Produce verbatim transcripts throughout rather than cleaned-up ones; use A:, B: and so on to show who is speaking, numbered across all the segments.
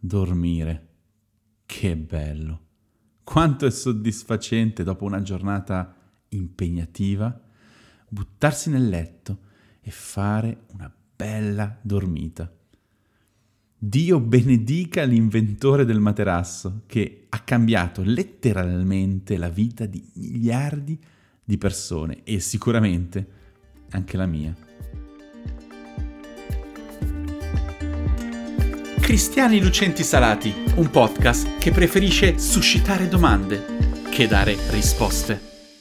A: dormire. Che bello! Quanto è soddisfacente dopo una giornata impegnativa buttarsi nel letto e fare una bella dormita. Dio benedica l'inventore del materasso che ha cambiato letteralmente la vita di miliardi di persone e sicuramente anche la mia. Cristiani Lucenti Salati, un podcast che preferisce suscitare domande che dare risposte.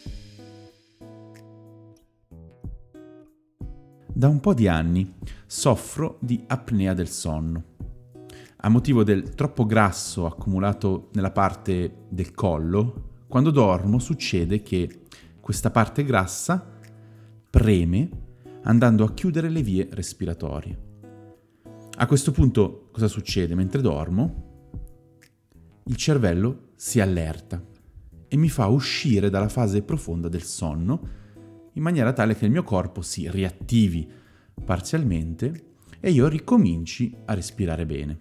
A: Da un po' di anni soffro di apnea del sonno. A motivo del troppo grasso accumulato nella parte del collo, quando dormo succede che questa parte grassa preme andando a chiudere le vie respiratorie. A questo punto cosa succede? Mentre dormo, il cervello si allerta e mi fa uscire dalla fase profonda del sonno in maniera tale che il mio corpo si riattivi parzialmente e io ricominci a respirare bene.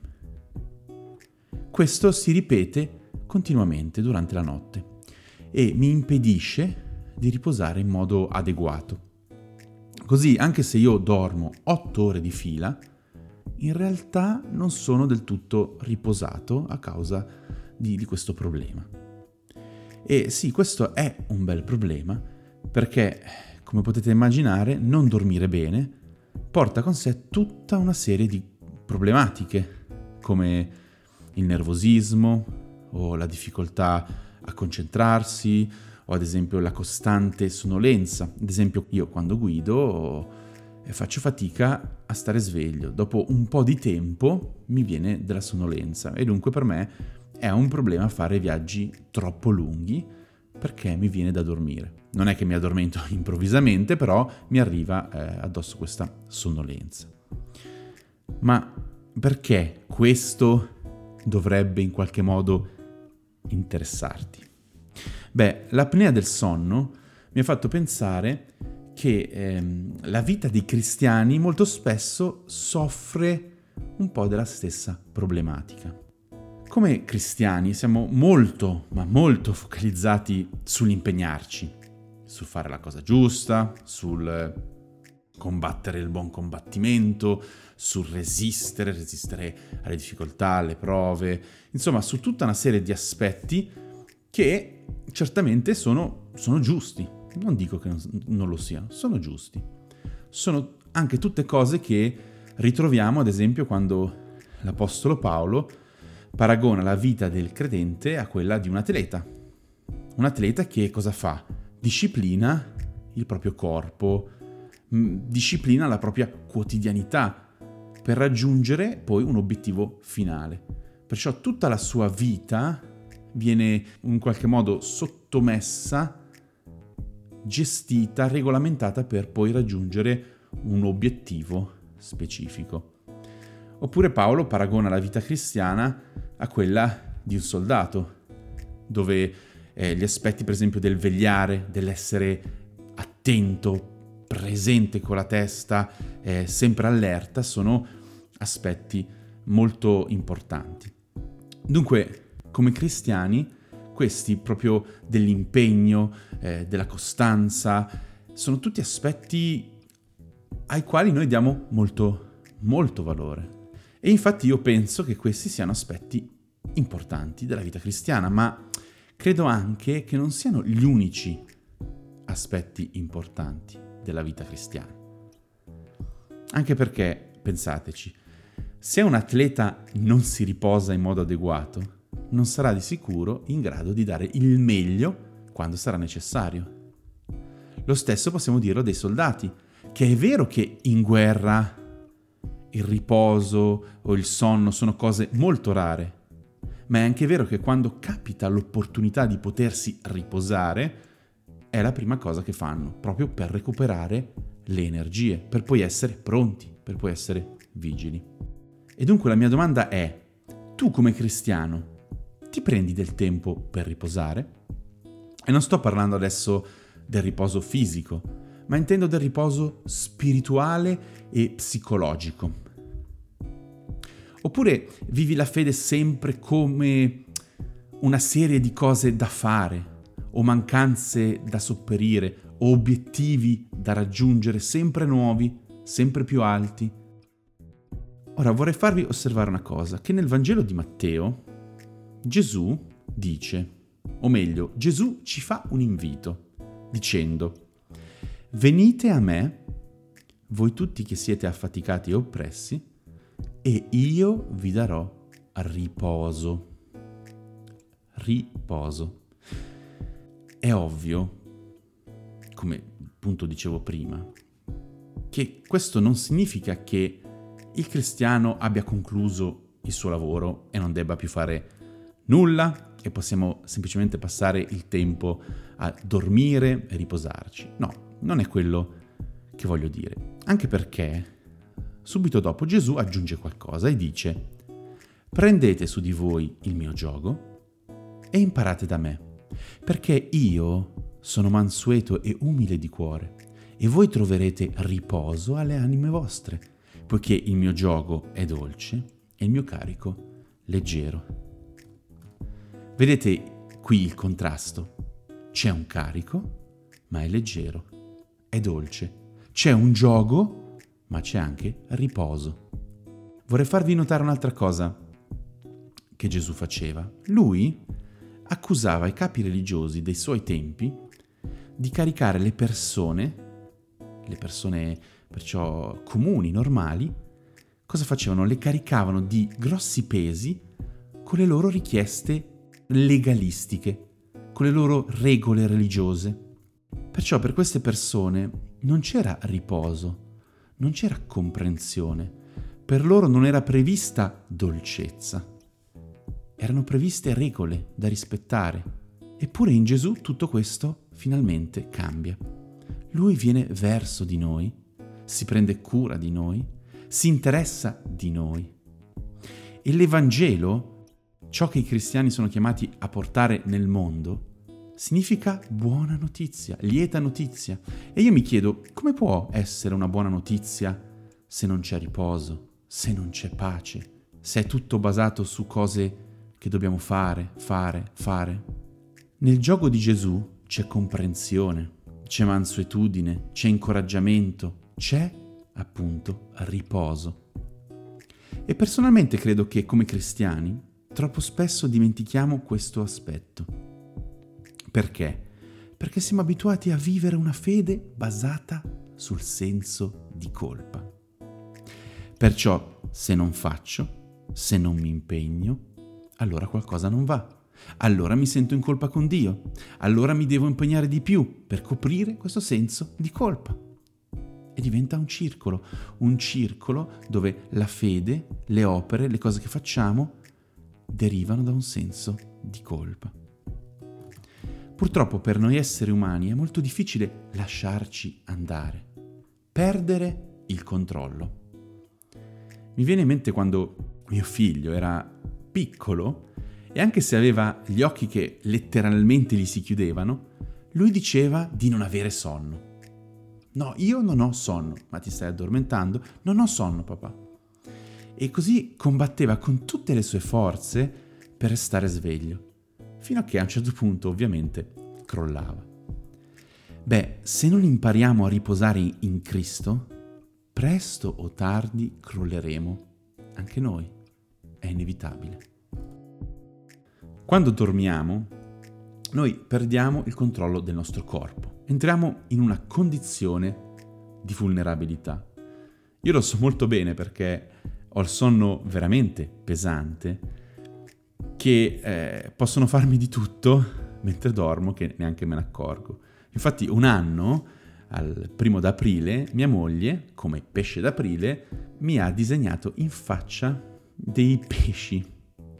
A: Questo si ripete continuamente durante la notte e mi impedisce di riposare in modo adeguato. Così, anche se io dormo otto ore di fila, in realtà non sono del tutto riposato a causa di, di questo problema. E sì, questo è un bel problema perché, come potete immaginare, non dormire bene porta con sé tutta una serie di problematiche, come il nervosismo o la difficoltà a concentrarsi o ad esempio la costante sonnolenza. Ad esempio io quando guido faccio fatica a stare sveglio, dopo un po' di tempo mi viene della sonnolenza e dunque per me è un problema fare viaggi troppo lunghi perché mi viene da dormire. Non è che mi addormento improvvisamente, però mi arriva eh, addosso questa sonnolenza. Ma perché questo dovrebbe in qualche modo interessarti? Beh, l'apnea del sonno mi ha fatto pensare che ehm, la vita dei cristiani molto spesso soffre un po' della stessa problematica. Come cristiani siamo molto, ma molto focalizzati sull'impegnarci, sul fare la cosa giusta, sul combattere il buon combattimento, sul resistere, resistere alle difficoltà, alle prove, insomma su tutta una serie di aspetti che certamente sono, sono giusti. Non dico che non, non lo siano, sono giusti. Sono anche tutte cose che ritroviamo, ad esempio, quando l'Apostolo Paolo paragona la vita del credente a quella di un atleta. Un atleta che cosa fa? Disciplina il proprio corpo, mh, disciplina la propria quotidianità per raggiungere poi un obiettivo finale. Perciò tutta la sua vita viene in qualche modo sottomessa, gestita, regolamentata per poi raggiungere un obiettivo specifico. Oppure Paolo paragona la vita cristiana a quella di un soldato, dove eh, gli aspetti per esempio del vegliare, dell'essere attento, presente con la testa, eh, sempre allerta, sono aspetti molto importanti. Dunque, come cristiani, questi proprio dell'impegno, eh, della costanza, sono tutti aspetti ai quali noi diamo molto, molto valore. E infatti io penso che questi siano aspetti importanti della vita cristiana, ma credo anche che non siano gli unici aspetti importanti della vita cristiana. Anche perché, pensateci, se un atleta non si riposa in modo adeguato, non sarà di sicuro in grado di dare il meglio quando sarà necessario. Lo stesso possiamo dirlo dei soldati, che è vero che in guerra il riposo o il sonno sono cose molto rare, ma è anche vero che quando capita l'opportunità di potersi riposare, è la prima cosa che fanno, proprio per recuperare le energie, per poi essere pronti, per poi essere vigili. E dunque la mia domanda è: tu come cristiano ti prendi del tempo per riposare? E non sto parlando adesso del riposo fisico, ma intendo del riposo spirituale e psicologico. Oppure vivi la fede sempre come una serie di cose da fare, o mancanze da sopperire, o obiettivi da raggiungere sempre nuovi, sempre più alti? Ora vorrei farvi osservare una cosa, che nel Vangelo di Matteo Gesù dice, o meglio, Gesù ci fa un invito, dicendo: venite a me, voi tutti che siete affaticati e oppressi, e io vi darò riposo. Riposo. È ovvio, come appunto dicevo prima, che questo non significa che il cristiano abbia concluso il suo lavoro e non debba più fare nulla e possiamo semplicemente passare il tempo a dormire e riposarci. No, non è quello che voglio dire. Anche perché subito dopo Gesù aggiunge qualcosa e dice: prendete su di voi il mio giogo e imparate da me, perché io sono mansueto e umile di cuore, e voi troverete riposo alle anime vostre, poiché il mio giogo è dolce e il mio carico leggero. Vedete qui il contrasto? C'è un carico, ma è leggero, è dolce. C'è un giogo, ma c'è anche riposo. Vorrei farvi notare un'altra cosa che Gesù faceva. Lui accusava i capi religiosi dei suoi tempi di caricare le persone, le persone perciò comuni, normali, cosa facevano? Le caricavano di grossi pesi con le loro richieste legalistiche, con le loro regole religiose. Perciò per queste persone non c'era riposo, non c'era comprensione, per loro non era prevista dolcezza, erano previste regole da rispettare. Eppure in Gesù tutto questo finalmente cambia. Lui viene verso di noi, si prende cura di noi, si interessa di noi. E l'Evangelo, ciò che i cristiani sono chiamati a portare nel mondo, significa buona notizia, lieta notizia. E io mi chiedo, come può essere una buona notizia se non c'è riposo, se non c'è pace, se è tutto basato su cose che dobbiamo fare, fare, fare? Nel gioco di Gesù c'è comprensione, c'è mansuetudine, c'è incoraggiamento, c'è appunto riposo. E personalmente credo che come cristiani troppo spesso dimentichiamo questo aspetto. Perché? Perché siamo abituati a vivere una fede basata sul senso di colpa. Perciò, se non faccio, se non mi impegno, allora qualcosa non va. Allora mi sento in colpa con Dio. Allora mi devo impegnare di più per coprire questo senso di colpa. E diventa un circolo, un circolo dove la fede, le opere, le cose che facciamo derivano da un senso di colpa. Purtroppo per noi esseri umani è molto difficile lasciarci andare, perdere il controllo. Mi viene in mente quando mio figlio era piccolo e anche se aveva gli occhi che letteralmente gli si chiudevano, lui diceva di non avere sonno. No, io non ho sonno. Ma ti stai addormentando? Non ho sonno, papà. E così combatteva con tutte le sue forze per restare sveglio, fino a che a un certo punto ovviamente crollava. Beh, se non impariamo a riposare in Cristo, presto o tardi crolleremo anche noi. È inevitabile. Quando dormiamo, noi perdiamo il controllo del nostro corpo. Entriamo in una condizione di vulnerabilità. Io lo so molto bene perché ho il sonno veramente pesante, che eh, possono farmi di tutto mentre dormo che neanche me ne accorgo. Infatti un anno, al primo d'aprile, mia moglie, come pesce d'aprile, mi ha disegnato in faccia dei pesci.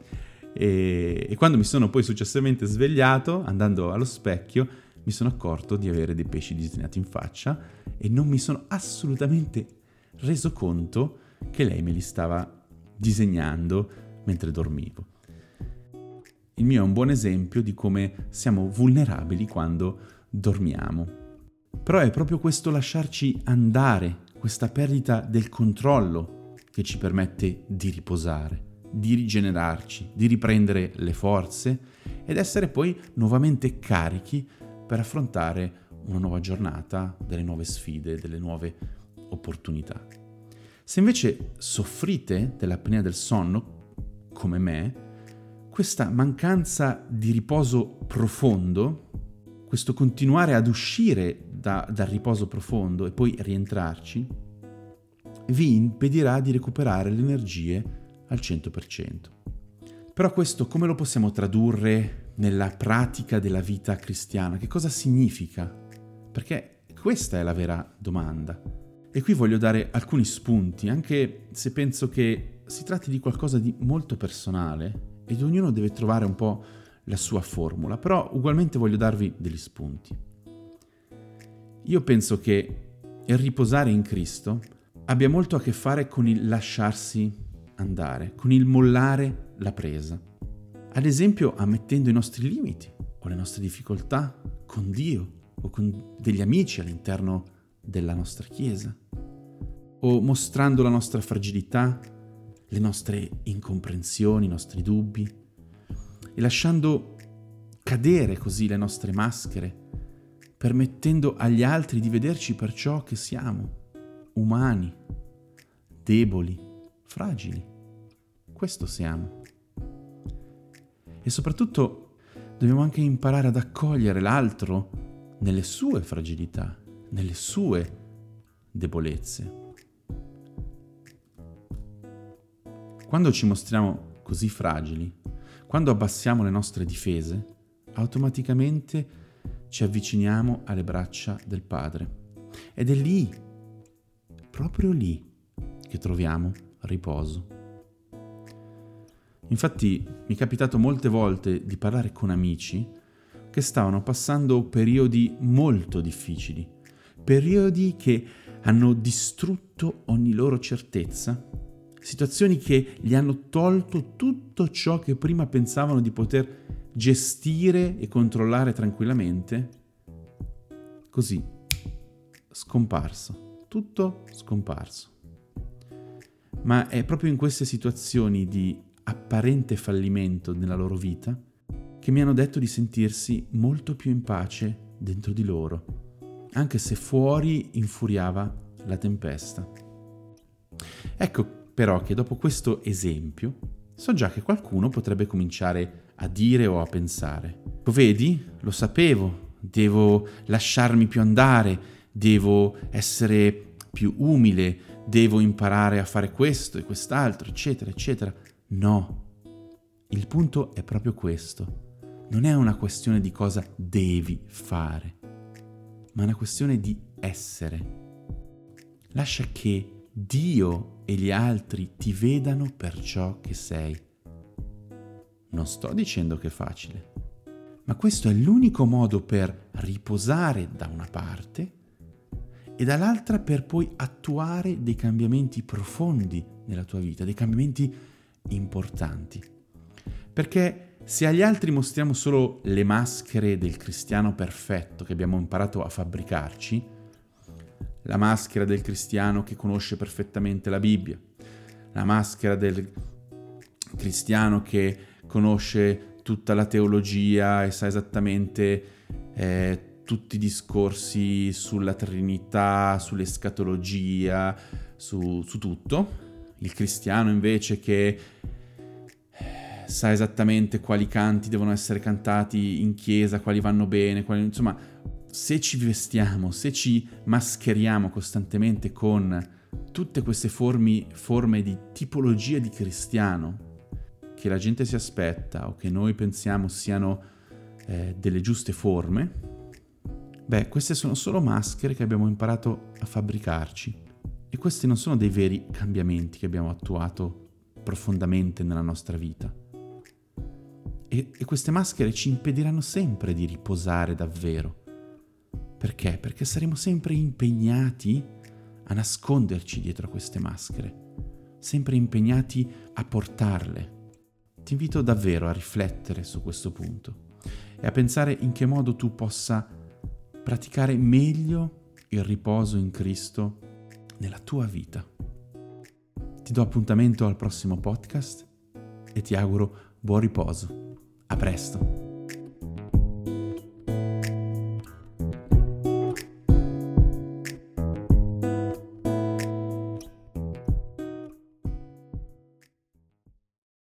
A: E, e quando mi sono poi successivamente svegliato, andando allo specchio, mi sono accorto di avere dei pesci disegnati in faccia e non mi sono assolutamente reso conto che lei me li stava disegnando mentre dormivo. Il mio è un buon esempio di come siamo vulnerabili quando dormiamo. Però è proprio questo lasciarci andare, questa perdita del controllo che che ci permette di riposare, di rigenerarci, di riprendere le forze ed essere poi nuovamente carichi per affrontare una nuova giornata, delle nuove sfide, delle nuove opportunità. Se invece soffrite dell'apnea del sonno, come me, questa mancanza di riposo profondo, questo continuare ad uscire da, dal riposo profondo e poi rientrarci, vi impedirà di recuperare le energie al cento per cento. Però questo come lo possiamo tradurre nella pratica della vita cristiana? Che cosa significa? Perché questa è la vera domanda. E qui voglio dare alcuni spunti, anche se penso che si tratti di qualcosa di molto personale ed ognuno deve trovare un po' la sua formula, però ugualmente voglio darvi degli spunti. Io penso che il riposare in Cristo abbia molto a che fare con il lasciarsi andare, con il mollare la presa. Ad esempio ammettendo i nostri limiti o le nostre difficoltà con Dio o con degli amici all'interno della nostra Chiesa, o mostrando la nostra fragilità, le nostre incomprensioni, i nostri dubbi, e lasciando cadere così le nostre maschere, permettendo agli altri di vederci per ciò che siamo, umani, deboli, fragili. Questo siamo. E soprattutto dobbiamo anche imparare ad accogliere l'altro nelle sue fragilità, nelle sue debolezze. Quando ci mostriamo così fragili, quando abbassiamo le nostre difese, automaticamente ci avviciniamo alle braccia del Padre. Ed è lì, proprio lì, che troviamo riposo. Infatti mi è capitato molte volte di parlare con amici che stavano passando periodi molto difficili, periodi che hanno distrutto ogni loro certezza, situazioni che gli hanno tolto tutto ciò che prima pensavano di poter gestire e controllare tranquillamente. Così, scomparso, tutto scomparso. Ma è proprio in queste situazioni di apparente fallimento nella loro vita che mi hanno detto di sentirsi molto più in pace dentro di loro, anche se fuori infuriava la tempesta. Ecco però che dopo questo esempio so già che qualcuno potrebbe cominciare a dire o a pensare: vedi, lo sapevo, devo lasciarmi più andare, devo essere più umile, devo imparare a fare questo e quest'altro, eccetera, eccetera. No, il punto è proprio questo. Non è una questione di cosa devi fare, ma è una questione di essere. Lascia che Dio e gli altri ti vedano per ciò che sei. Non sto dicendo che è facile, ma questo è l'unico modo per riposare da una parte e dall'altra per poi attuare dei cambiamenti profondi nella tua vita, dei cambiamenti importanti. Perché se agli altri mostriamo solo le maschere del cristiano perfetto che abbiamo imparato a fabbricarci, la maschera del cristiano che conosce perfettamente la Bibbia, la maschera del cristiano che conosce tutta la teologia e sa esattamente eh, tutti i discorsi sulla Trinità, sull'escatologia, su, su tutto, il cristiano invece che sa esattamente quali canti devono essere cantati in chiesa, quali vanno bene, quali... insomma, se ci vestiamo, se ci mascheriamo costantemente con tutte queste formi, forme di tipologia di cristiano che la gente si aspetta o che noi pensiamo siano eh, delle giuste forme, beh, queste sono solo maschere che abbiamo imparato a fabbricarci e questi non sono dei veri cambiamenti che abbiamo attuato profondamente nella nostra vita. E, e queste maschere ci impediranno sempre di riposare davvero. Perché? Perché saremo sempre impegnati a nasconderci dietro a queste maschere, sempre impegnati a portarle. Ti invito davvero a riflettere su questo punto e a pensare in che modo tu possa praticare meglio il riposo in Cristo nella tua vita. Ti Ti do appuntamento al prossimo podcast e ti auguro buon riposo. A presto.